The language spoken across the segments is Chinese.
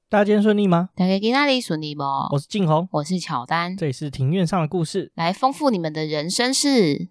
大家今天顺利吗？ 大家今天顺利不？ 我是静宏， 我是乔丹， 这里是庭院上的故事， 来丰富你们的人生事。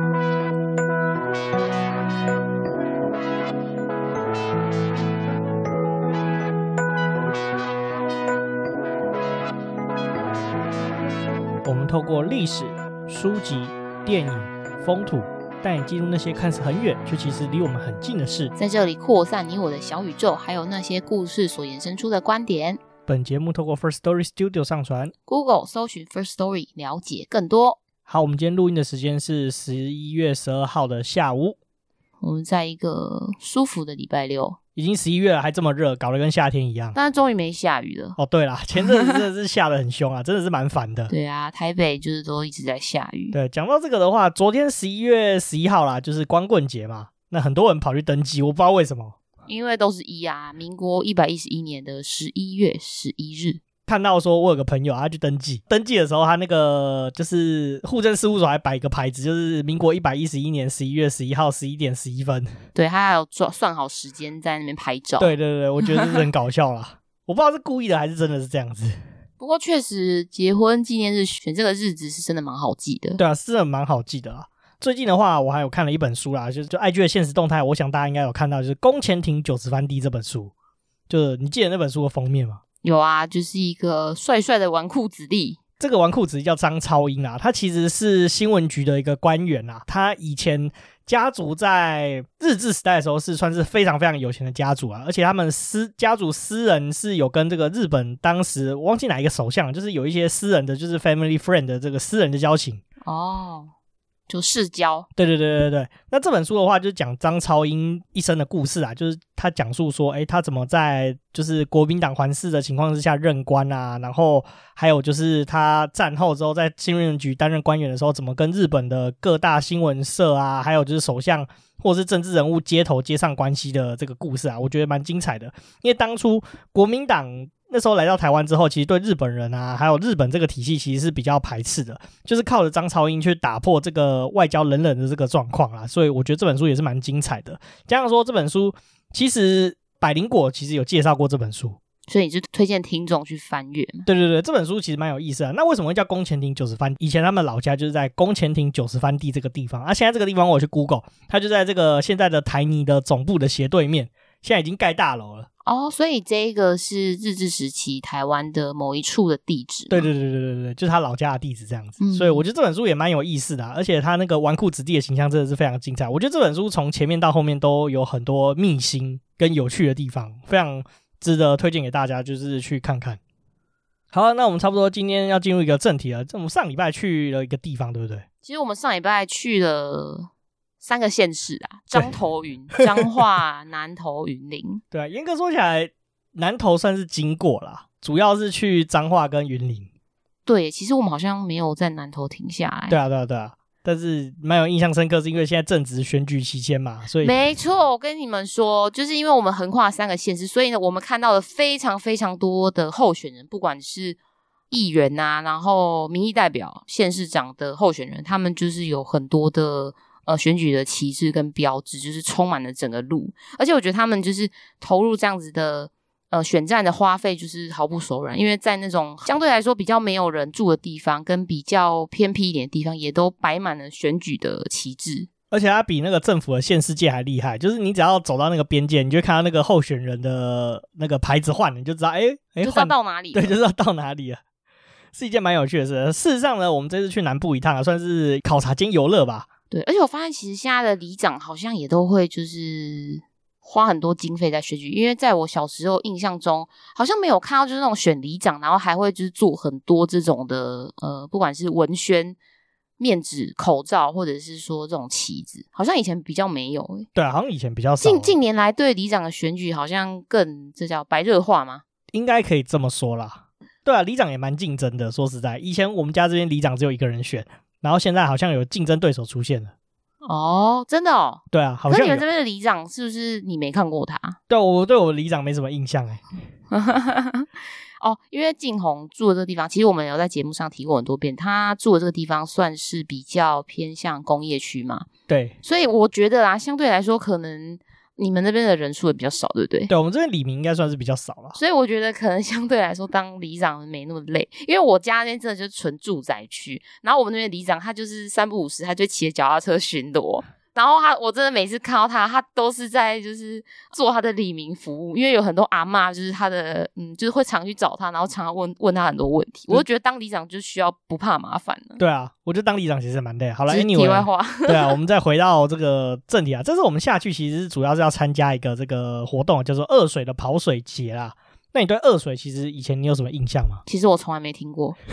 我们透过历史、书籍、电影、风土，带你进入那些看似很远却其实离我们很近的事， 在这里扩散你我的小宇宙，还有那些故事所衍生出的观点。 本节目透过 First Story Studio 上传， Google 搜寻 First Story 了解更多。 好，我们今天录音的时间是11月12号的下午， 我们在一个舒服的礼拜六， 已经11月了还这么热，搞得跟夏天一样， 但是终于没下雨了。 哦对啦，前阵子真的是下得很凶啊，真的是蛮烦的。 对啊，台北就是都一直在下雨。 对，讲到这个的话，昨天11月11号啦，就是光棍节嘛，那很多人跑去登记，我不知道为什么， 因为都是一啊，民国111年的11月11日。 看到说我有个朋友他去登记的时候，他那个就是户政事务所还摆一个牌子，就是民国111年11月11号11点11分。 对，他还有算好时间在那边拍照。 对对对，我觉得这是很搞笑啦。我不知道是故意的还是真的是这样子。 不过确实结婚纪念日选这个日子是真的蛮好记的。 对啊，是真的蛮好记的啦。最近的话我还有看了一本书啦，就 IG 的现实动态，我想大家应该有看到，就是宫前町90番地这本书。就是你记得那本书的封面吗？ 有啊，就是一个帅帅的纨绔子弟。 这个纨绔子弟叫张超英啊，他其实是新闻局的一个官员啊。他以前家族在日治时代的时候是算是非常非常有钱的家族啊，而且他们家族私人是有跟这个日本当时我忘记哪一个首相，就是有一些私人的就是 family friend 的这个私人的交情哦，就世交。 对对对对对。那这本书的话就是讲张超英一生的故事啊，就是他讲述说他怎么在就是国民党环视的情况之下任官啊，然后还有就是他战后之后在新闻局担任官员的时候，怎么跟日本的各大新闻社啊，还有就是首相或是政治人物接上关系的这个故事啊，我觉得蛮精彩的。因为当初国民党那时候来到台湾之后，其实对日本人啊还有日本这个体系其实是比较排斥的，就是靠着张超英去打破这个外交冷冷的这个状况啦，所以我觉得这本书也是蛮精彩的。加上说这本书其实百灵果其实有介绍过这本书， 所以你是推荐听众去翻阅吗？ 对对对，这本书其实蛮有意思的。那为什么会叫宫前町90番地？以前他们老家就是在宫前町90番地这个地方啊，现在这个地方我去 Google， 它就在这个现在的台泥的总部的斜对面，现在已经盖大楼了。 哦，所以这个是日治时期台湾的某一处的地址。 对对对对对对，就是他老家的地址这样子。所以我觉得这本书也蛮有意思的而且他那个纨绔子弟的形象真的是非常精彩。我觉得这本书从前面到后面都有很多秘辛跟有趣的地方，非常值得推荐给大家，就是去看看。好，那我们差不多今天要进入一个正题了。我们上礼拜去了一个地方，对不对？ 其实我们上礼拜去了3个县市啊，彰投云、彰化、南投、云林。 对啊，严格说起来，南投算是经过啦，主要是去彰化跟云林。 对，其实我们好像没有在南投停下来。 对啊，对啊，对啊。但是蛮有印象深刻，是因为现在正值选举期间嘛，所以没错，我跟你们说，就是因为我们横跨3个县市，所以呢，我们看到了非常非常多的候选人，不管是议员啊，然后民意代表、县市长的候选人，他们就是有很多的选举的旗帜跟标志，就是充满了整个路。而且我觉得他们就是投入这样子的选战的花费就是毫不手软，因为在那种相对来说比较没有人住的地方跟比较偏僻一点的地方，也都摆满了选举的旗帜。 而且它比那个政府的县市界还厉害，就是你只要走到那个边界，你就会看到那个候选人的那个牌子换了，你就知道就知道到哪里。 对，就知道到哪里了，是一件蛮有趣的事。事实上呢，我们这次去南部一趟算是考察兼游乐吧。 对，而且我发现其实现在的里长好像也都会就是花很多经费在选举，因为在我小时候印象中好像没有看到就是那种选里长然后还会就是做很多这种的不管是文宣、面纸、口罩或者是说这种旗子，好像以前比较没有对啊，好像以前比较少。 近年来对里长的选举好像更这叫白热化吗？ 应该可以这么说啦。对啊，里长也蛮竞争的，说实在以前我们家这边里长只有一个人选，然后现在好像有竞争对手出现了。 哦，真的哦？ 对啊，好像有。 可是你们这边的里长是不是你没看过他？ 对，我对我里长没什么印象哦，因为静宏住的这个地方，其实我们有在节目上提过很多遍，他住的这个地方算是比较偏向工业区嘛。 对， 所以我觉得啦，相对来说可能你们那边的人数也比较少，对不对？ 对，我们这边里民应该算是比较少了， 所以我觉得可能相对来说当里长没那么累，因为我家那边真的就是纯住宅区，然后我们那边里长他就是3不5时他就骑着脚踏车巡逻，然后我真的每次看到他都是在就是做他的里民服务，因为有很多阿嬷就是他的就是会常去找他，然后常常问他很多问题。我就觉得当里长就需要不怕麻烦了。 对啊，我觉得当里长其实蛮累。好了 ，anyway， 题外话， 对啊，我们再回到这个正题啊，这次我们下去其实主要是要参加一个这个活动，叫做二水的跑水节啦。那你对二水其实以前你有什么印象吗？ 其实我从来没听过。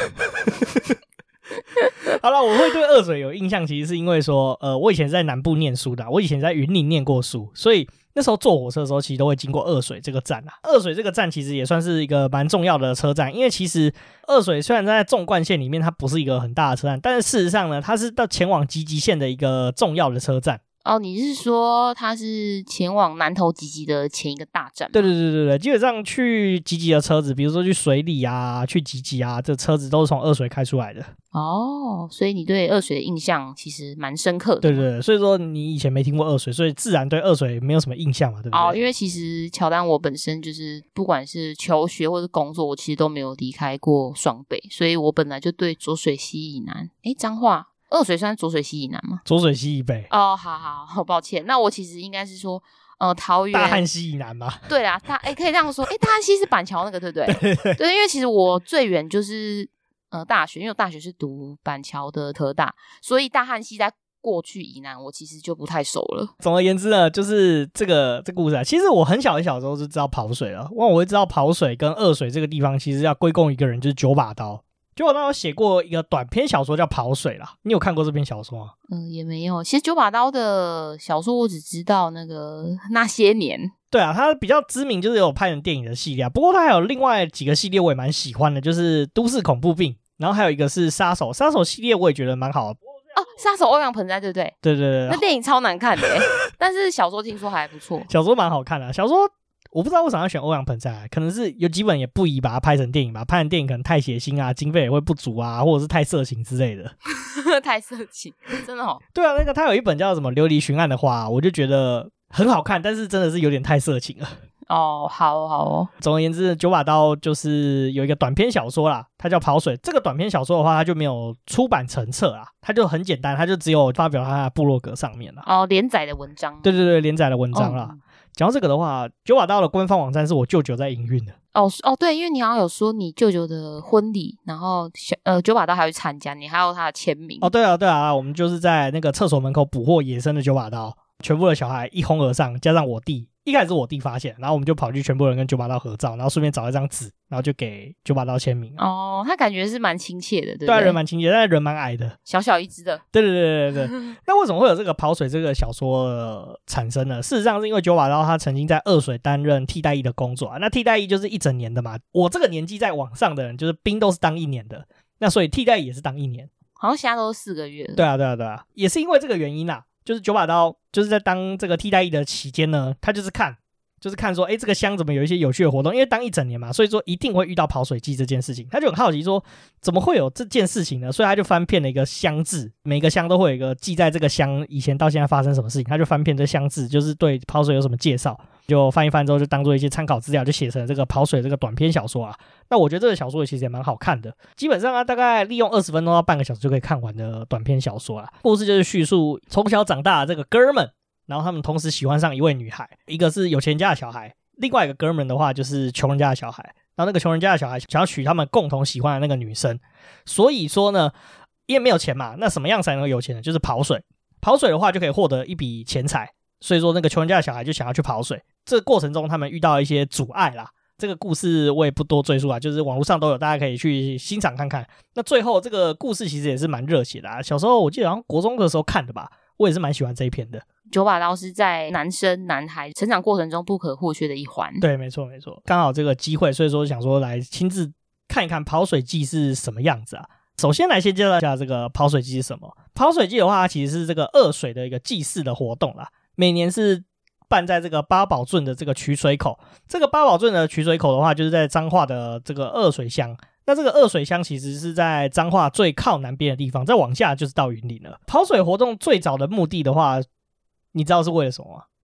好了，我会对二水有印象，其实是因为说，我以前在南部念书的，我以前在云林念过书，所以那时候坐火车的时候，其实都会经过二水这个站啊。二水这个站其实也算是一个蛮重要的车站，因为其实二水虽然在纵贯线里面它不是一个很大的车站，但是事实上呢，它是到前往集集线的一个重要的车站。 哦，你是说它是前往南投集集的前一个大站吗？ 对，基本上去集集的车子，比如说去水里啊、去集集啊，这车子都是从二水开出来的。 哦，所以你对二水的印象其实蛮深刻的。 对，所以说你以前没听过二水，所以自然对二水没有什么印象嘛，对不对？ 哦，因为其实乔丹我本身就是不管是求学或是工作，我其实都没有离开过双北，所以我本来就对浊水溪以南，彰化二水算浊水溪以南吗？ 浊水溪以北。 哦，好，抱歉。那我其实应该是说，桃园大汉溪以南吗？ 对啦，可以这样说。大汉溪是板桥那个，对不对？对，因为其实我最远就是大学，因为我大学是读板桥的科大，所以大汉溪在过去以南，我其实就不太熟了。 总而言之呢，就是这故事啊。其实我很小的时候就知道跑水了，我会知道跑水跟二水这个地方其实要归功一个人，就是九把刀。九把刀有写过一个短篇小说叫《跑水》啦，你有看过这篇小说吗？ 也没有。其实九把刀的小说我只知道那些年。 对啊，他比较知名就是有拍成电影的系列啊，不过他还有另外几个系列我也蛮喜欢的，就是《都市恐怖病》，然后还有一个是杀手系列我也觉得蛮好的。 哦，杀手欧阳盆栽对不对？ 对， 那电影超难看的但是小说听说还不错。 小说蛮好看的，小说我不知道为什么要选欧阳盆栽，可能是有几本也不宜把它拍成电影吧，拍成电影可能太血腥啊，经费也会不足啊，或者是太色情之类的。 太色情，真的哦。 对啊，他有一本叫什么《琉璃寻案》的话，我就觉得很好看，但是真的是有点太色情了。 哦，好哦。 总而言之，九把刀就是有一个短篇小说啦，它叫《跑水》。这个短篇小说的话，它就没有出版成册啦，它就很简单，它就只有发表它的部落格上面啦。 哦，连载的文章。 对，连载的文章啦。讲到这个的话，九把刀的官方网站是我舅舅在营运的。 哦，对，因为你好像有说你舅舅的婚礼，然后九把刀还会参加，你还有他的签名。 哦，对啊，我们就是在那个厕所门口捕获野生的九把刀，全部的小孩一哄而上，加上我弟。一开始是我弟发现，然后我们就跑去全部人跟九把刀合照，然后顺便找一张纸，然后就给九把刀签名。 哦，他感觉是蛮亲切的，对不对？ 对啊，人蛮亲切，但是人蛮矮的， 小小一只的。 对。那为什么会有这个跑水这个小说产生呢？事实上是因为九把刀他曾经在二水担任替代役的工作啊。那替代役就是一整年的嘛，我这个年纪在往上的人，就是兵都是当1年的，那所以替代役也是当1年， 好像现在都是4个月了。 对啊，也是因为这个原因啊，就是九把刀就是在当这个替代役的期间呢，他就是看说，这个乡怎么有一些有趣的活动？因为当1整年嘛，所以说一定会遇到跑水季这件事情。他就很好奇说，怎么会有这件事情呢？所以他就翻遍了一个乡志，每个乡都会有一个记在这个乡以前到现在发生什么事情，他就翻遍这乡志，就是对跑水有什么介绍，就翻一翻之后就当做一些参考资料，就写成这个跑水这个短篇小说啊。那我觉得这个小说其实也蛮好看的，基本上大概利用20分钟到半个小时就可以看完的短篇小说啊。故事就是叙述从小长大的这个哥们。然后他们同时喜欢上一位女孩，一个是有钱人家的小孩，另外一个哥们的话就是穷人家的小孩。然后那个穷人家的小孩想要娶他们共同喜欢的那个女生，所以说呢，因为没有钱嘛，那什么样才能有钱呢？就是跑水。跑水的话就可以获得一笔钱财，所以说那个穷人家的小孩就想要去跑水。这个过程中他们遇到一些阻碍啦。这个故事我也不多赘述啊，就是网络上都有，大家可以去欣赏看看。那最后这个故事其实也是蛮热血的啊。小时候我记得好像国中的时候看的吧，我也是蛮喜欢这一篇的。 九把刀是在男孩成长过程中不可或缺的一环。 对，没错，刚好这个机会，所以说想说来亲自看一看跑水季是什么样子啊。首先来先介绍一下这个跑水季是什么。跑水季的话，它其实是这个二水的一个祭祀的活动啦，每年是办在这个八宝圳的这个取水口。这个八宝圳的取水口的话，就是在彰化的这个二水乡。那这个二水乡其实是在彰化最靠南边的地方，再往下就是到云林了。跑水活动最早的目的的话，你知道是为了什么吗？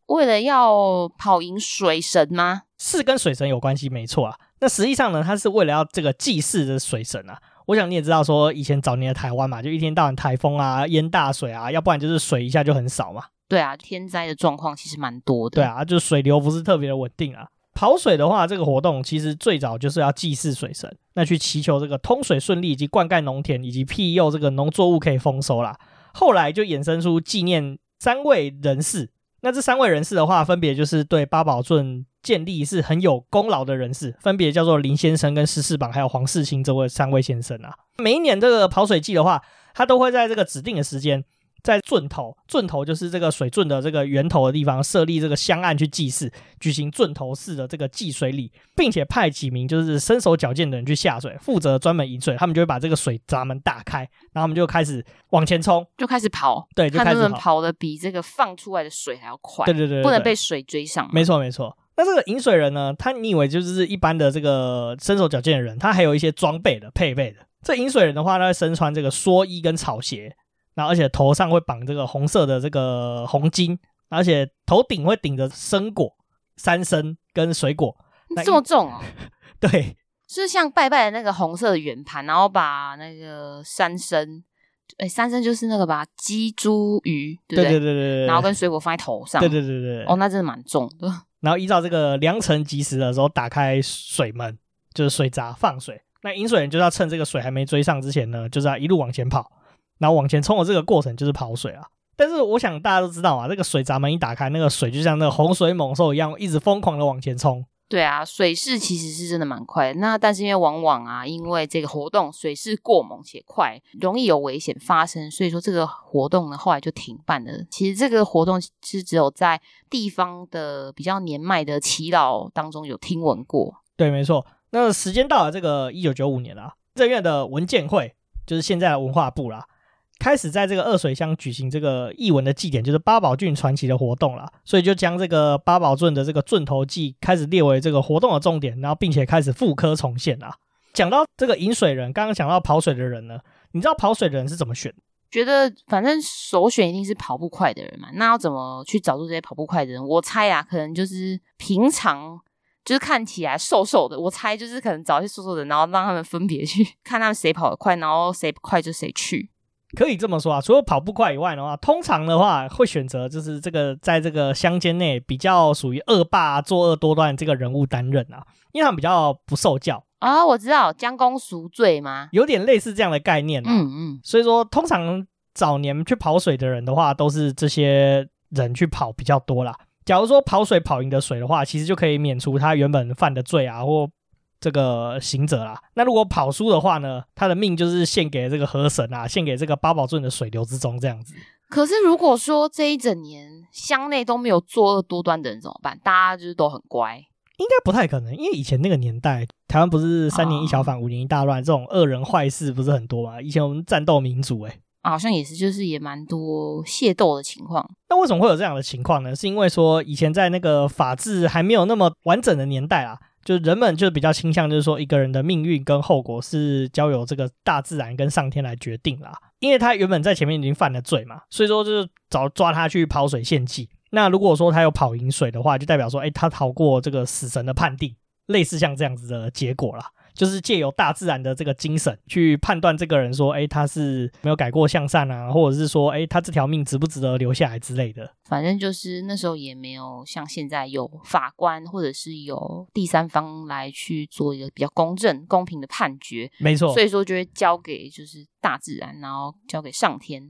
为了要跑赢水神吗？ 是跟水神有关系没错啊。那实际上呢，它是为了要这个祭祀的水神啊。我想你也知道说以前早年的台湾嘛，就一天到晚台风啊淹大水啊，要不然就是水一下就很少嘛。 对啊，天灾的状况其实蛮多的。 对啊，就水流不是特别的稳定啊。跑水的话，这个活动其实最早就是要祭祀水神，那去祈求这个通水顺利，以及灌溉农田，以及庇佑这个农作物可以丰收啦。后来就衍生出纪念3位人士，那这3位人士的话，分别就是对八宝圳建立是很有功劳的人士，分别叫做林先生跟施世榜还有黄世清这3位先生啊。每一年这个跑水季的话，他都会在这个指定的时间，在圳头就是这个水圳的这个源头的地方设立这个香案去祭祀，举行圳头式的这个祭水礼，并且派几名就是身手矫健的人去下水，负责专门引水，他们就会把这个水闸门打开，然后他们就开始往前冲， 就开始跑， 对，就开始看他们跑得比这个放出来的水还要快， 对， 不能被水追上。 没错。那这个引水人呢，你以为就是一般的这个身手矫健的人，他还有一些装备的配备的。这引水人的话，他会身穿这个蓑衣跟草鞋，然后而且头上会绑这个红色的这个红巾，而且头顶会顶着生果、山参跟水果。 这么重哦？ 对， 是像拜拜的那个红色的圆盘，然后把那个山参，山参就是那个吧，鸡、猪、鱼，对不对？ 对， 然后跟水果放在头上。 对。 哦，那真的蛮重的。 然后依照这个良辰吉时的时候打开水门，就是水闸放水。那引水人就是要趁这个水还没追上之前呢，就是要一路往前跑，然后往前冲的这个过程就是跑水啊。但是我想大家都知道嘛，这个水闸门一打开，那个水就像那个洪水猛兽一样，一直疯狂的往前冲。 对啊，水势其实是真的蛮快的。那但是因为往往啊，因为这个活动水势过猛且快，容易有危险发生，所以说这个活动呢后来就停办了。其实这个活动是只有在地方的比较年迈的耆老当中有听闻过。 对，没错。那时间到了这个1995年啦，正院的文建会就是现在的文化部啦，开始在这个二水乡举行这个艺文的祭典，就是八宝郡传奇的活动啦，所以就将这个八宝圳的这个圳头祭开始列为这个活动的重点，然后并且开始复刻重现啦。讲到这个引水人，刚刚讲到跑水的人呢，你知道跑水的人是怎么选？ 觉得反正首选一定是跑步快的人嘛，那要怎么去找出这些跑步快的人？我猜啊，可能就是平常就是看起来瘦瘦的，我猜就是可能找一些瘦瘦的，然后让他们分别去看他们谁跑得快，然后谁快就谁去。 可以这么说啊，除了跑步快以外的话，通常的话会选择就是这个在这个乡间内比较属于恶霸、作恶多端这个人物担任啊，因为他们比较不受教啊。我知道将功赎罪吗？ 有点类似这样的概念啊。所以说通常早年去跑水的人的话，都是这些人去跑比较多啦。假如说跑水跑赢的水的话，其实就可以免除他原本犯的罪啊，或这个刑责啦。那如果跑输的话呢，他的命就是献给这个河神啊，献给这个八宝圳的水流之中这样子。 可是如果说这一整年乡内都没有作恶多端的人怎么办？大家就是都很乖？ 应该不太可能，因为以前那个年代台湾不是3年1小反5年1大乱，这种恶人坏事不是很多吗？以前我们战斗民族好像也是，就是也蛮多械斗的情况。 那为什么会有这样的情况呢？是因为说以前在那个法治还没有那么完整的年代啦，就人们就比较倾向就是说一个人的命运跟后果是交由这个大自然跟上天来决定啦。因为他原本在前面已经犯了罪嘛，所以说就是找抓他去跑水献祭。那如果说他有跑赢水的话，就代表说他逃过这个死神的判定，类似像这样子的结果啦。就是借由大自然的这个精神去判断这个人说他是没有改过向善啊，或者是说他这条命值不值得留下来之类的。 反正就是那时候也没有像现在有法官或者是有第三方来去做一个比较公正公平的判决。 没错， 所以说就会交给就是大自然，然后交给上天。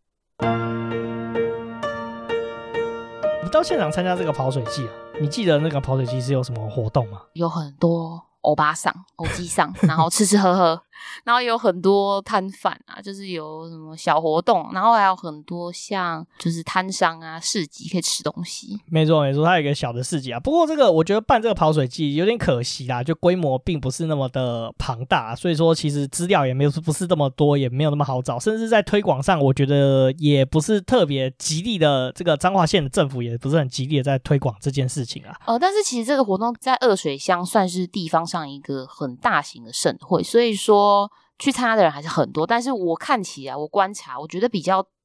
你到现场参加这个跑水季啊，你记得那个跑水季是有什么活动吗？ 有很多欧巴桑、欧基桑，然后吃吃喝喝，然后有很多摊贩啊，就是有什么小活动，然后还有很多像就是摊商啊、市集可以吃东西。 没错没错，它有一个小的市集啊。不过这个我觉得办这个跑水季有点可惜啦，就规模并不是那么的庞大，所以说其实资料也不是这么多，也没有那么好找，甚至在推广上我觉得也不是特别极力的，这个彰化县的政府也不是很极力的在推广这件事情啊。 但是其实这个活动在二水乡算是地方上一个很大型的盛会，所以说去参加的人还是很多。但是我看起来，我观察，我觉得比较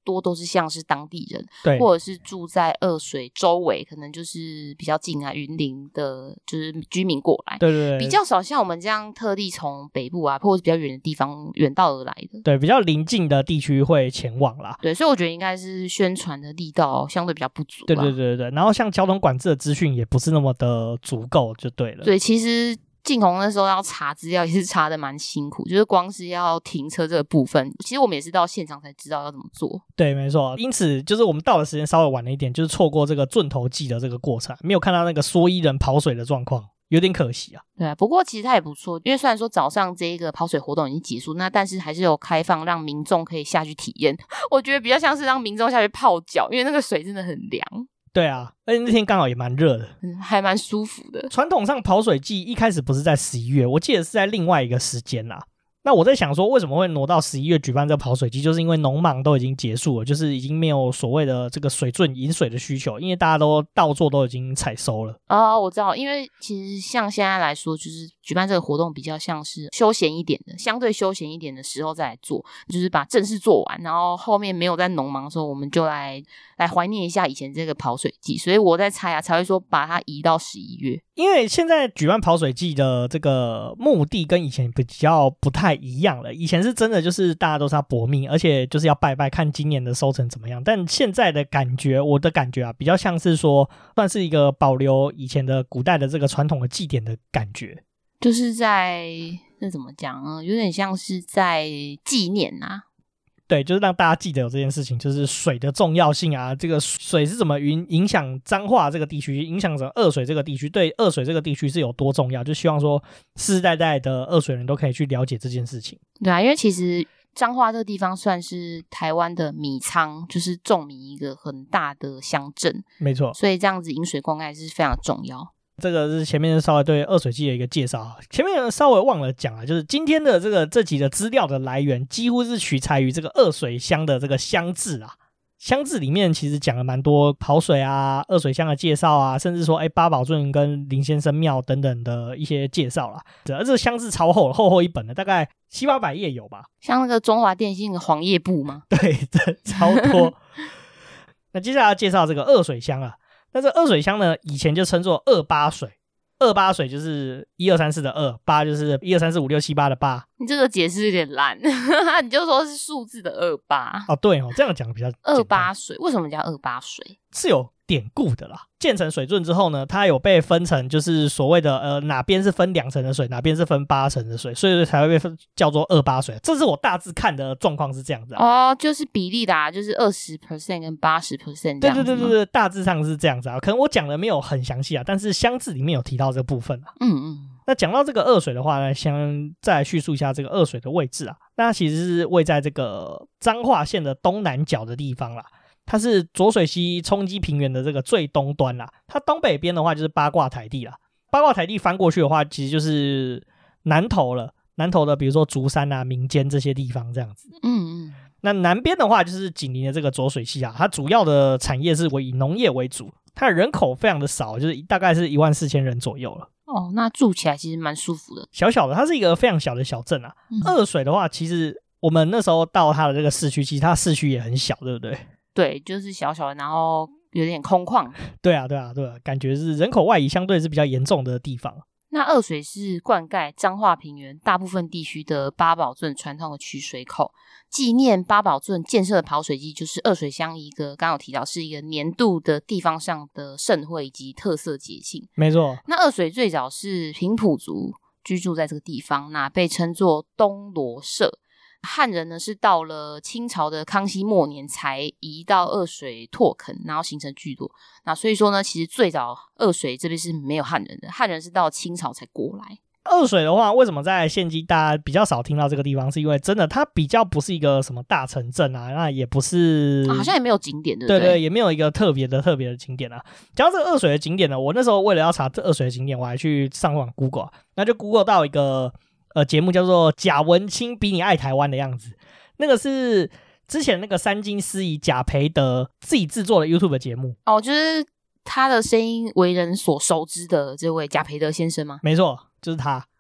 多都是像是当地人， 对， 或者是住在二水周围，可能就是比较近啊云林的，就是居民过来， 对对对， 比较少像我们这样特地从北部啊，或者是比较远的地方远道而来的， 对，比较邻近的地区会前往啦。 对，所以我觉得应该是宣传的力道相对比较不足。 对对对对，然后像交通管制的资讯也不是那么的足够，就对了。 对，其实晋宏那时候要查资料也是查的蛮辛苦，就是光是要停车这个部分，其实我们也是到现场才知道要怎么做。 对，没错。因此就是我们到的时间稍微晚了一点，就是错过这个钻头季的这个过程，没有看到那个蓑衣人跑水的状况，有点可惜啊。 对啊，不过其实它也不错，因为虽然说早上这个跑水活动已经结束，那但是还是有开放让民众可以下去体验。我觉得比较像是让民众下去泡脚，因为那个水真的很凉。 对啊，而且那天刚好也蛮热的， 还蛮舒服的。 传统上跑水季一开始不是在11月，我记得是在另外一个时间啦。那我在想说为什么会挪到11月举办这个跑水季，就是因为农忙都已经结束了，就是已经没有所谓的这个水圳饮水的需求，因为大家都稻作都已经采收了。 哦，我知道，因为其实像现在来说，就是举办这个活动比较像是休闲一点的，相对休闲一点的时候再来做，就是把正事做完，然后后面没有在农忙的时候，我们就来怀念一下以前这个跑水季。所以我在猜啊，才会说把它移到11月。 因为现在举办跑水季的这个目的跟以前比较不太一样了，以前是真的就是大家都是要搏命，而且就是要拜拜看今年的收成怎么样，但现在的感觉，我的感觉啊，比较像是说算是一个保留以前的古代的这个传统的祭典的感觉， 就是在那怎么讲呢，有点像是在纪念啊。 对，就是让大家记得有这件事情，就是水的重要性啊，这个水是怎么影响彰化这个地区，影响着二水这个地区，对二水这个地区是有多重要，就希望说世世代代的二水人都可以去了解这件事情。 对啊，因为其实彰化这个地方算是台湾的米仓，就是种米一个很大的乡镇， 没错， 所以这样子饮水灌溉是非常重要。 这个是前面稍微对二水季的一个介绍，前面稍微忘了讲啊，就是今天的这集的资料的来源几乎是取材于这个二水乡的这个乡志啊。乡志里面其实讲了蛮多跑水啊、二水乡的介绍啊，甚至说八宝圳跟林先生庙等等的一些介绍啦。而这个乡志超厚，厚一本的，大概700-800页有吧？ 像那个中华电信的黄页部吗？ 对，这超多。那接下来要介绍这个二水乡啊。那这二水乡呢，以前就称作28水，28水就是1234的2，八就是1234567的8。 你这个解释有点烂，你就说是数字的28。 哦，对哦，这样讲比较 28水，为什么叫28水？ 是有典故的啦。建成水圳之后呢，它有被分成就是所谓的哪边是分2层的水，哪边是分8层的水，所以才会被叫做28水。这是我大致看的状况是这样子啊。哦，就是比例的啊，就是 20% 跟 80% 这样子。 对，大致上是这样子啊。可能我讲的没有很详细啊，但是乡志里面有提到这个部分啊。那讲到这个二水的话呢，再来叙述一下这个二水的位置啊。那它其实是位在这个彰化县的东南角的地方啦。它是浊水溪冲积平原的这个最东端啦，它东北边的话就是八卦台地啦，八卦台地翻过去的话其实就是南投了，南投的比如说竹山啊、民间这些地方这样子。那南边的话就是紧邻的这个浊水溪啊，它主要的产业是以农业为主，它的人口非常的少，就是大概是14000人左右了。 哦，那住起来其实蛮舒服的， 小小的，它是一个非常小的小镇啊。二水的话，其实我们那时候到它的这个市区，其实它市区也很小，对不对？ 对，就是小小的，然后有点空旷。 对啊，感觉是人口外移相对是比较严重的地方。 那二水是灌溉彰化平原大部分地区的八宝圳传统的取水口，纪念八宝圳建设的跑水季，就是二水乡一个刚刚有提到是一个年度的地方上的盛会以及特色节庆。 没错， 那二水最早是平埔族居住在这个地方，那被称作东罗社。汉人呢是到了清朝的康熙末年才移到二水拓垦，然后形成聚落。那所以说呢，其实最早二水这边是没有汉人的，汉人是到清朝才过来。 二水的话，为什么在现今大家比较少听到这个地方，是因为真的它比较不是一个什么大城镇啊，那也不是、 好像也没有景点，对不对？ 对，也没有一个特别的景点啊。讲到这个二水的景点呢，我那时候为了要查这二水的景点，我还去上网 Google， 那就 Google 到一个节目叫做贾文清比你爱台湾的样子，那个是之前那个三金司仪贾培德自己制作的 YouTube 节目。 哦，就是他的声音为人所熟知的这位贾培德先生吗？ 没错，就是他。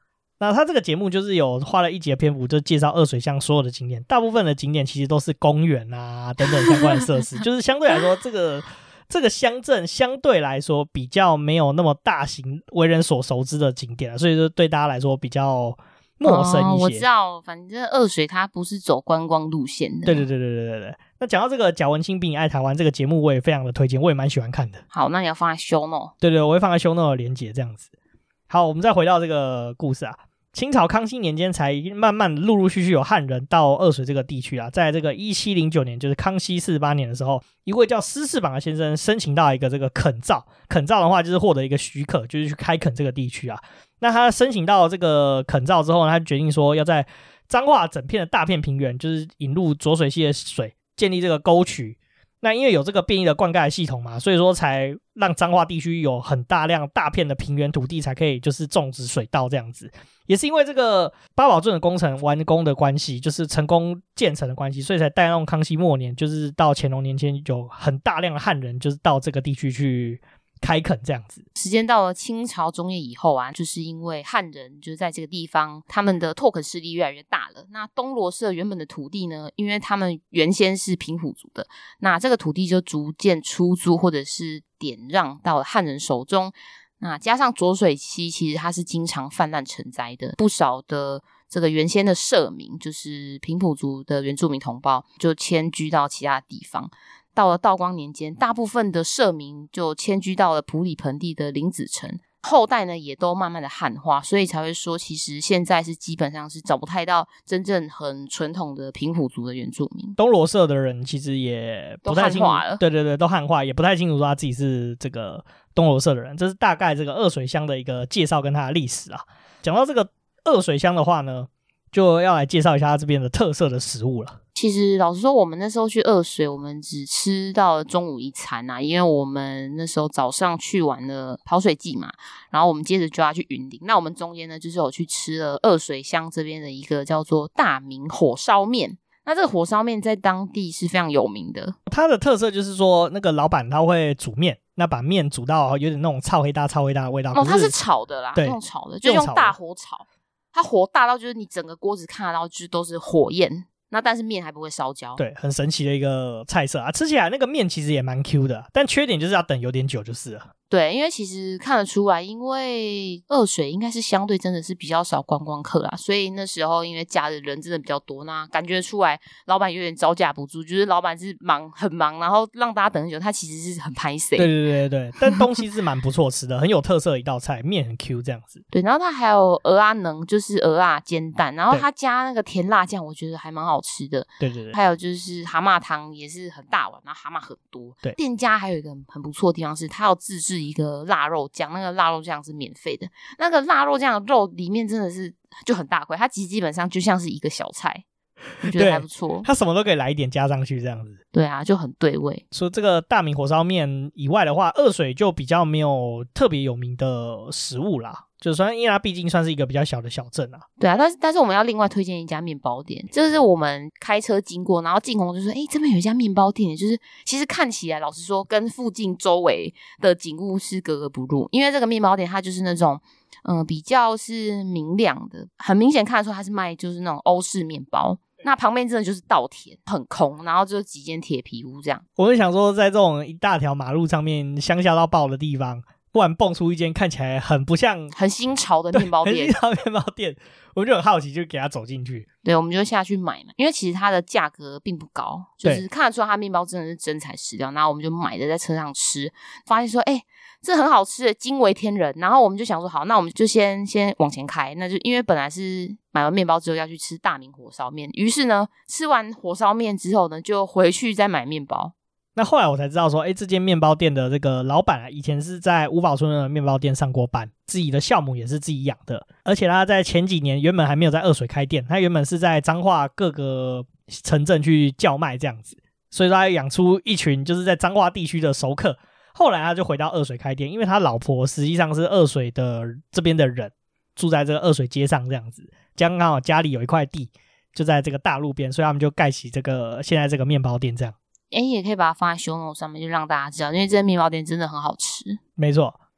那他这个节目就是有花了一集的篇幅，就介绍二水乡所有的景点，大部分的景点其实都是公园啊等等相关的设施，就是相对来说这个乡镇相对来说比较没有那么大型为人所熟知的景点所以说对大家来说比较陌生一些。 我知道，反正二水它不是走观光路线的。 对。那讲到这个贾文清比你爱台湾这个节目，我也非常的推荐，我也蛮喜欢看的。 好，那你要放在 show note。 对，我会放在 show note 的连结这样子。好，我们再回到这个故事啊。清朝康熙年间才慢慢陆陆续续有汉人到二水这个地区啊，在这个1709年，就是康熙48年的时候，一位叫施世榜的先生申请到一个这个垦造的话就是获得一个许可，就是去开垦这个地区啊。那他申请到这个垦造之后呢，他决定说要在彰化整片的大片平原，就是引入浊水溪的水，建立这个沟渠。那因为有这个便利的灌溉系统嘛，所以说才让彰化地区有很大量大片的平原土地才可以就是种植水稻这样子。也是因为这个八堡圳的工程完工的关系，就是成功建成的关系，所以才带动康熙末年，就是到乾隆年间有很大量的汉人就是到这个地区去开垦这样子。 时间到了清朝中叶以后啊，就是因为汉人就是在这个地方他们的拓垦势力越来越大了。那东罗社原本的土地呢，因为他们原先是平埔族的，那这个土地就逐渐出租或者是典让到了汉人手中。那加上浊水溪其实它是经常泛滥成灾的，不少的这个原先的社民就是平埔族的原住民同胞就迁居到其他地方。到了道光年间，大部分的社民就迁居到了埔里盆地的林子城，后代呢也都慢慢的汉化，所以才会说其实现在是基本上是找不太到真正很传统的平埔族的原住民。 东罗社的人其实也不太清楚， 都汉化了， 对，都汉化，也不太清楚说他自己是这个东罗社的人。这是大概这个二水乡的一个介绍跟他的历史啊。讲到这个二水乡的话呢，就要来介绍一下他这边的特色的食物了。 其实老实说，我们那时候去二水，我们只吃到了中午一餐啊，因为我们那时候早上去完了跑水季嘛，然后我们接着就要去云林。那我们中间呢，就是有去吃了二水乡这边的一个叫做大明火烧面。那这个火烧面在当地是非常有名的， 它的特色就是说，那个老板他会煮面，那把面煮到有点那种超黑大的味道。 它是炒的啦，用炒的，就用大火炒，它火大到就是你整个锅子看得到就是都是火焰。那但是面还不会烧焦， 对，很神奇的一个菜色啊！吃起来那个面其实也蛮 Q 的，但缺点就是要等有点久就是了。 对，因为其实看得出来，因为二水应该是相对真的是比较少观光客啦，所以那时候因为假日人真的比较多，那感觉出来老板有点招架不住，就是老板是很忙，然后让大家等很久，他其实是很拍谁。 对，但东西是蛮不错吃的，很有特色的一道菜，面很 Q 这样子。 对，然后他还有蚵仔能，就是蚵仔煎蛋，然后他加那个甜辣酱，我觉得还蛮好吃的。 对， 还有就是蛤蟆汤也是很大碗，然后蛤蟆很多。 对， 店家还有一个很不错的地方是，他要自制一个腊肉酱，那个腊肉酱是免费的。那个腊肉酱的肉里面真的是就很大块，它基本上就像是一个小菜，我觉得还不错。 它什么都可以来一点加上去这样子。 对啊，就很对味。 说这个大明火烧面以外的话，二水就比较没有特别有名的食物啦。就算因为它毕竟算是一个比较小的小镇啊。 对啊，但是我们要另外推荐一家面包店，就是我们开车经过，然后静红就说：“这边有一家面包店，就是其实看起来，老实说，跟附近周围的景物是格格不入。因为这个面包店它就是那种比较是明亮的，很明显看得出它是卖就是那种欧式面包。那旁边真的就是稻田，很空，然后就几间铁皮屋这样。 我就想说，在这种一大条马路上面乡下到爆的地方，忽然蹦出一间看起来很不像很新潮的面包店， 很新潮的面包店，我们就很好奇，就给他走进去。 对，我们就下去买嘛，因为其实它的价格并不高，就是看得出来它面包真的是真材实料。然后我们就买的在车上吃，发现说这很好吃，惊为天人。然后我们就想说好，那我们就先往前开，那就因为本来是买完面包之后要去吃大明火烧面，于是呢吃完火烧面之后呢就回去再买面包。 那后来我才知道说，这间面包店的这个老板啊，以前是在五宝村的面包店上过班，自己的酵母也是自己养的，而且他在前几年原本还没有在二水开店，他原本是在彰化各个城镇去叫卖这样子，所以说他养出一群就是在彰化地区的熟客。后来他就回到二水开店，因为他老婆实际上是二水的这边的人，住在这个二水街上这样子，刚好家里有一块地就在这个大路边，所以他们就盖起这个现在这个面包店这样。 也可以把它放在show note上面，就让大家知道，因为这间面包店真的很好吃。 没错。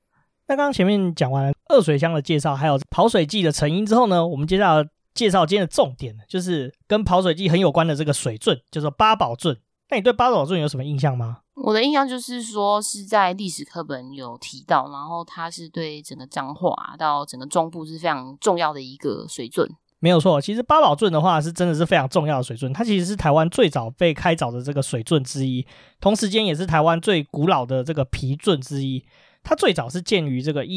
那刚刚前面讲完了二水乡的介绍，还有跑水季的成因之后呢，我们接下来介绍今天的重点，就是跟跑水季很有关的这个水圳，叫做八宝圳。那你对八宝圳有什么印象吗？ 我的印象就是说是在历史课本有提到，然后它是对整个彰化到整个中部是非常重要的一个水圳。 没有错，其实八宝圳的话是真的是非常重要的水圳，它其实是台湾最早被开凿的这个水圳之一，同时间也是台湾最古老的这个皮圳之一。它最早是建于这个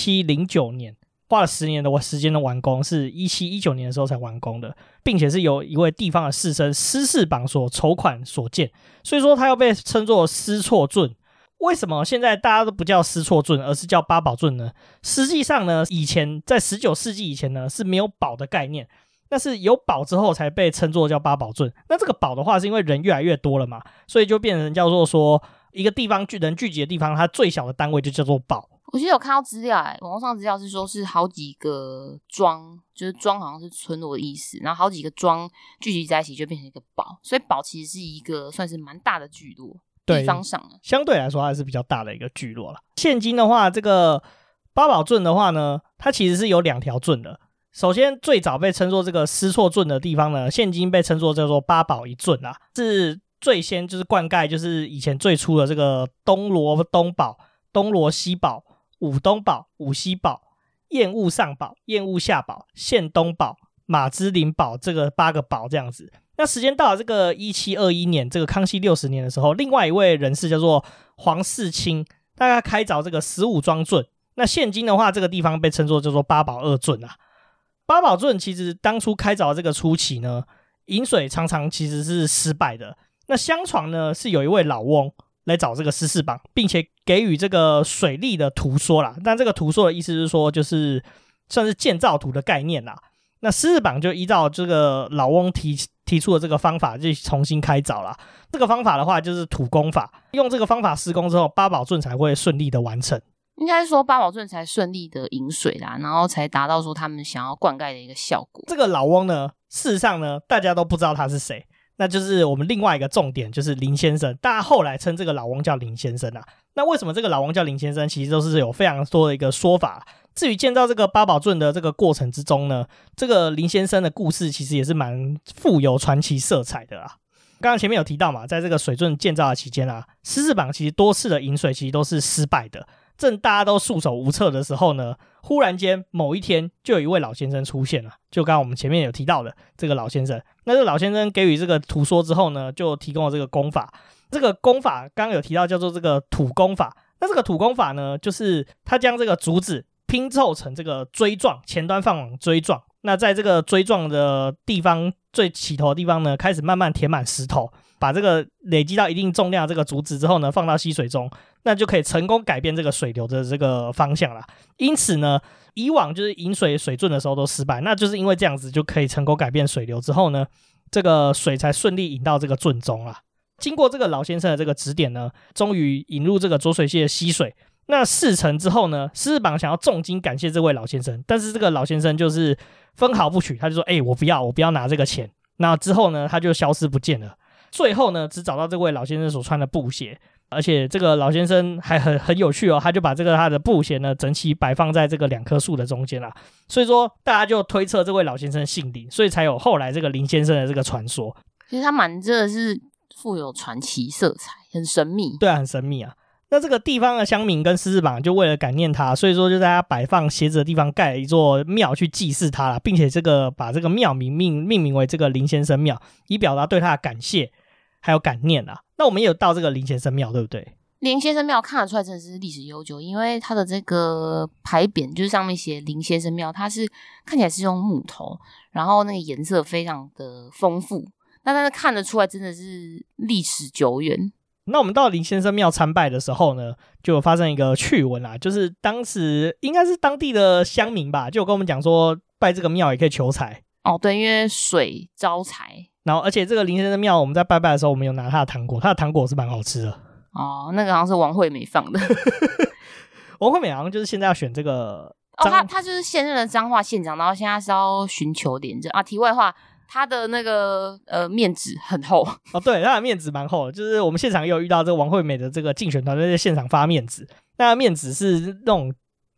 1709年，花了10年的时间的完工，是1719年的时候才完工的，并且是由一位地方的士绅施世榜所筹款所建，所以说它又被称作施错圳。为什么现在大家都不叫施错圳，而是叫八宝圳呢？实际上呢，以前在19世纪以前呢是没有宝的概念，那是有宝之后才被称作叫八宝圳。那这个宝的话是因为人越来越多了嘛，所以就变成叫做说一个地方人聚集的地方，它最小的单位就叫做宝。 我记得有看到资料网络上资料是说是好几个庄，就是庄好像是村落的意思，然后好几个庄聚集在一起就变成一个堡，所以堡其实是一个算是蛮大的聚落，地方上相对来说它是比较大的一个聚落了。现今的话，这个八宝圳的话呢，它其实是有2条圳的。首先最早被称作这个施错圳的地方呢，现今被称作叫做八宝一圳啦，是最先就是灌溉，就是以前最初的这个东罗东堡、东罗西堡、武东堡、武西堡、燕雾上堡、燕雾下堡、县东堡、马芝林堡，这个8个堡这样子。那时间到了这个1721年，这个康熙60年的时候，另外一位人士叫做黄世清，大概开凿这个15庄圳。那现今的话，这个地方被称作叫做八宝2圳啊。八宝圳其实当初开凿这个初期呢，引水常常其实是失败的。那相传呢，是有一位老翁来找这个施世榜，并且给予这个水利的图说啦。但这个图说的意思是说，就是算是建造图的概念啦。那施世榜就依照这个老翁提出的这个方法，就重新开凿啦。这个方法的话，就是土工法。用这个方法施工之后，八宝圳才会顺利的完成。 应该说八宝圳才顺利的引水啦，然后才达到说他们想要灌溉的一个效果。 这个老翁呢，事实上呢，大家都不知道他是谁。那就是我们另外一个重点，就是林先生，大家后来称这个老翁叫林先生啊。那为什么这个老翁叫林先生，其实都是有非常多的一个说法。至于建造这个八宝圳的这个过程之中呢，这个林先生的故事其实也是蛮富有传奇色彩的啦。刚刚前面有提到嘛，在这个水圳建造的期间啊，施世榜其实多次的引水其实都是失败的。正大家都束手无策的时候呢，忽然间某一天就有一位老先生出现了，就刚刚我们前面有提到的这个老先生。那这个老先生给予这个图说之后呢，就提供了这个工法。这个工法刚刚有提到叫做这个土工法。那这个土工法呢，就是他将这个竹子拼凑成这个锥状，前端放往锥状。那在这个锥状的地方，最起头的地方呢，开始慢慢填满石头，把这个累积到一定重量的这个竹子之后呢，放到溪水中，那就可以成功改变这个水流的这个方向啦。因此呢，以往就是引水圳的时候都失败，那就是因为这样子就可以成功改变水流之后呢，这个水才顺利引到这个圳中啦。经过这个老先生的这个指点呢，终于引入这个浊水溪的溪水。那事成之后呢，施世榜想要重金感谢这位老先生，但是这个老先生就是分毫不取，他就说我不要拿这个钱。那之后呢，他就消失不见了。最后呢，只找到这位老先生所穿的布鞋，而且这个老先生还很有趣哦，他就把这个他的布鞋呢整齐摆放在这个2棵树的中间啦。所以说大家就推测这位老先生姓林，所以才有后来这个林先生的这个传说。 其实他真的是富有传奇色彩，很神秘。 对啊，很神秘啊。那这个地方的乡民跟施世榜就为了感念他，所以说就在他摆放鞋子的地方盖了一座庙去祭祀他啦，并且把这个庙命名为这个林先生庙，以表达对他的感谢还有感念啦。那我们也有到这个林先生庙，对不对？ 林先生庙看得出来真的是历史悠久，因为它的这个牌匾就是上面写林先生庙，它是看起来是用木头，然后那个颜色非常的丰富，那但是看得出来真的是历史久远。 那我们到林先生庙参拜的时候呢，就有发生一个趣闻啦，就是当时应该是当地的乡民吧，就有跟我们讲说拜这个庙也可以求财。 哦，对，因为水招财。 然后而且这个林先生庙我们在拜拜的时候，我们有拿他的糖果，他的糖果是蛮好吃的。 哦，那个好像是王惠美放的。 王惠美好像就是现在要选这个他就是现任的彰化县长，然后现在是要寻求连任啊。题外话，他的那个面纸很厚哦，对，他的面纸蛮厚的，就是我们现场也有遇到这个王惠美的这个竞选团队在现场发面纸，那面纸是那种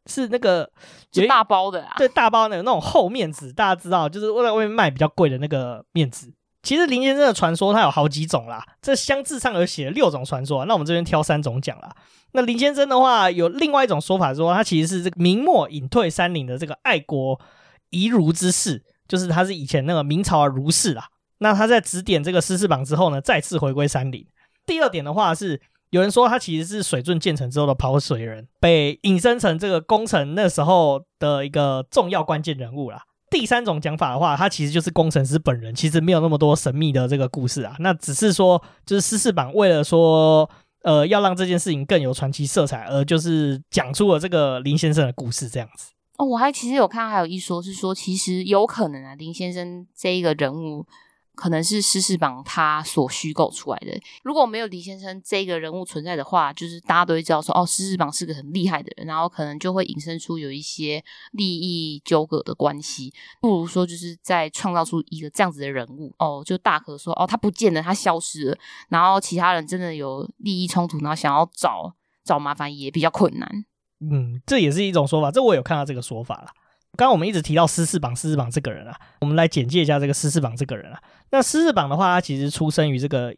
是那个就大包的啊， 对，大包的那种厚面纸，大家知道，就是在外面卖比较贵的那个面纸。其实林先生的传说它有好几种啦，这箱志上有写了6种传说，那我们这边挑3种讲啦。那林先生的话有另外一种说法说，他其实是这个明末隐退山林的这个爱国遗儒之士，就是他是以前那个明朝的儒士啦。那他在指点这个施世榜之后呢，再次回归山林。第二点的话是，有人说他其实是水圳建成之后的跑水人，被引申成这个工程那时候的一个重要关键人物啦。第3种讲法的话，他其实就是工程师本人，其实没有那么多神秘的这个故事啊。那只是说，就是施世榜为了说，要让这件事情更有传奇色彩，而就是讲出了这个林先生的故事这样子。 哦，我其实有看还有一说是说，其实有可能啊，林先生这一个人物可能是施世榜他所虚构出来的。如果没有林先生这个人物存在的话，就是大家都会知道说，哦，施世榜是个很厉害的人，然后可能就会引申出有一些利益纠葛的关系。不如说就是在创造出一个这样子的人物，哦，就大可说，哦，他不见了，他消失了，然后其他人真的有利益冲突，然后想要找麻烦也比较困难。 这也是一种说法，这我有看到这个说法啦。刚刚我们一直提到施世榜这个人啊，我们来简介一下这个施世榜这个人啊。那施世榜的话，他其实出生于这个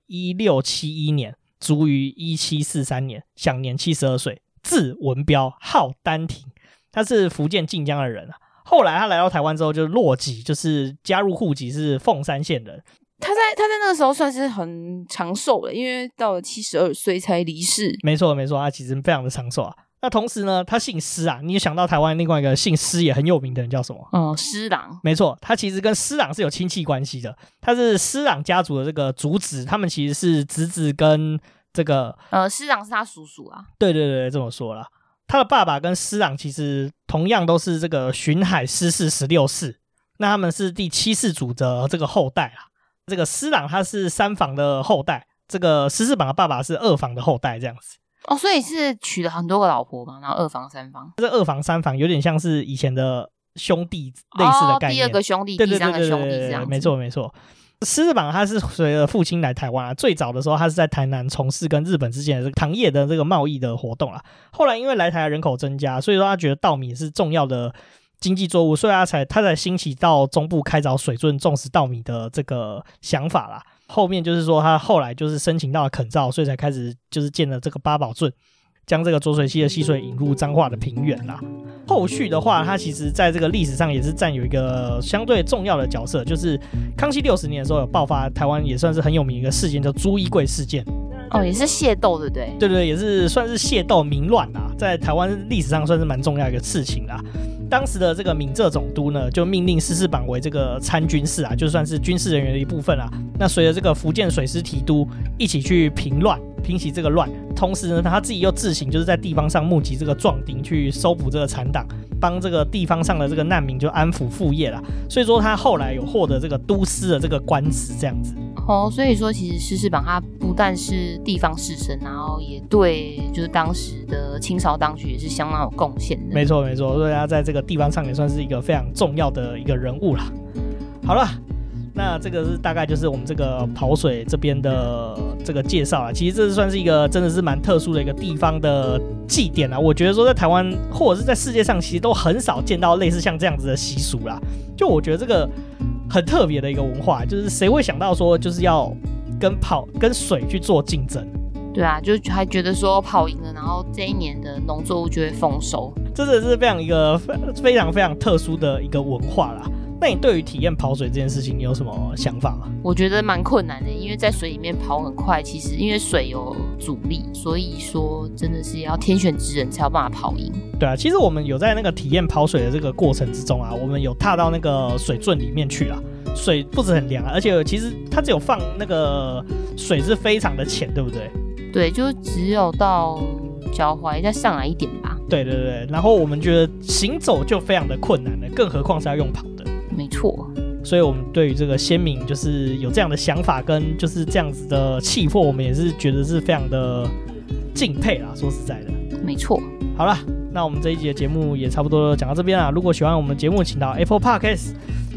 1671年，卒于1743年，享年72岁，字文彪，号丹庭，他是福建晋江的人啊。后来他来到台湾之后，就是落籍，就是加入户籍是凤山县人。 他在那个时候算是很长寿了，因为到了72岁才离世。 没错，他其实非常的长寿啊。那同时呢，他姓施啊，你想到台湾另外一个姓施也很有名的人叫什么？施琅。没错，他其实跟施琅是有亲戚关系的，他是施琅家族的这个族子，他们其实是侄子跟这个施琅是他叔叔啊。 对，这么说啦。他的爸爸跟施琅其实同样都是这个巡海施氏16世，那他们是第7世祖的这个后代啊。这个施琅他是3房的后代，这个施世榜的爸爸是2房的后代这样子。 哦，所以是娶了很多个老婆嘛，然后2房3房。 这2房3房有点像是以前的兄弟类似的概念， 第2个兄弟，第3个兄弟这样子。 没错。施世榜他是随着父亲来台湾啊，最早的时候他是在台南从事跟日本之间的这个糖业的这个贸易的活动啊。后来因为来台的人口增加，所以说他觉得稻米是重要的经济作物，所以他才兴起到中部开凿水圳种植稻米的这个想法啦。后面就是说他后来就是申请到了垦造，所以才开始就是建了这个八宝圳，将这个浊水溪的溪水引入彰化的平原啦。后续的话，他其实在这个历史上也是占有一个相对重要的角色，就是康熙60年的时候有爆发台湾也算是很有名的一个事件，叫朱一贵事件。 哦，也是械斗，对不对？ 对，也是算是械斗民乱啦，在台湾历史上算是蛮重要的一个事情啦。当时的这个闽浙总督呢，就命令施世榜为这个参军事啊，就算是军事人员的一部分啦。那随着这个福建水师提督一起去平息这个乱，同时呢，他自己又自行就是在地方上募集这个壮丁去搜捕这个残党，帮这个地方上的这个难民就安抚父业啦。所以说他后来有获得这个都司的这个官职这样子。 所以说其实施世榜他不但是地方士绅，然后也对就是当时的清朝当局也是相当有贡献的。 没错，所以他在这个地方上也算是一个非常重要的一个人物啦。好了，那这个是大概就是我们这个跑水这边的这个介绍啦。其实这算是一个真的是蛮特殊的一个地方的祭典啦。我觉得说在台湾或者是在世界上其实都很少见到类似像这样子的习俗啦。就我觉得这个很特别的一个文化，就是谁会想到说就是要跟水去做竞争？ 对啊，就还觉得说跑赢了，然后这一年的农作物就会丰收， 这真的是非常非常特殊的一个文化啦。那你对于体验跑水这件事情，你有什么想法吗？ 我觉得蛮困难的，因为在水里面跑很快，其实因为水有阻力，所以说真的是要天选之人才有办法跑赢。 对啊，其实我们有在那个体验跑水的这个过程之中啊，我们有踏到那个水圳里面去啦。水不止很凉，而且其实它只有放那个水是非常的浅，对不对？ 对，就只有到脚踝再上来一点吧。 对，然后我们觉得行走就非常的困难了，更何况是要用跑的。 没错， 所以我们对于这个先民就是有这样的想法跟就是这样子的气魄，我们也是觉得是非常的敬佩啦。说实在的， 没错。 好啦，那我们这一集的节目也差不多讲到这边啦。如果喜欢我们节目，请到 Apple Podcast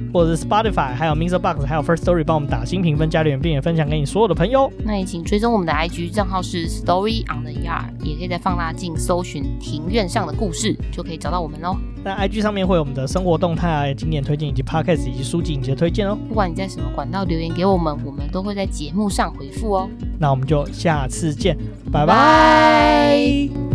或者是 Spotify 还有 Mixer Box 还有 First Story 帮我们打新评分加留言，并且分享给你所有的朋友。 那也请追踪我们的 IG 账号是 Story on the Yard， 也可以在放大镜搜寻庭院上的故事，就可以找到我们咯。 那 IG 上面会有我们的生活动态、经典推荐以及 Podcast 以及书籍影集的推荐哦。 不管你在什么管道留言给我们，我们都会在节目上回复哦。 那我们就下次见，拜拜。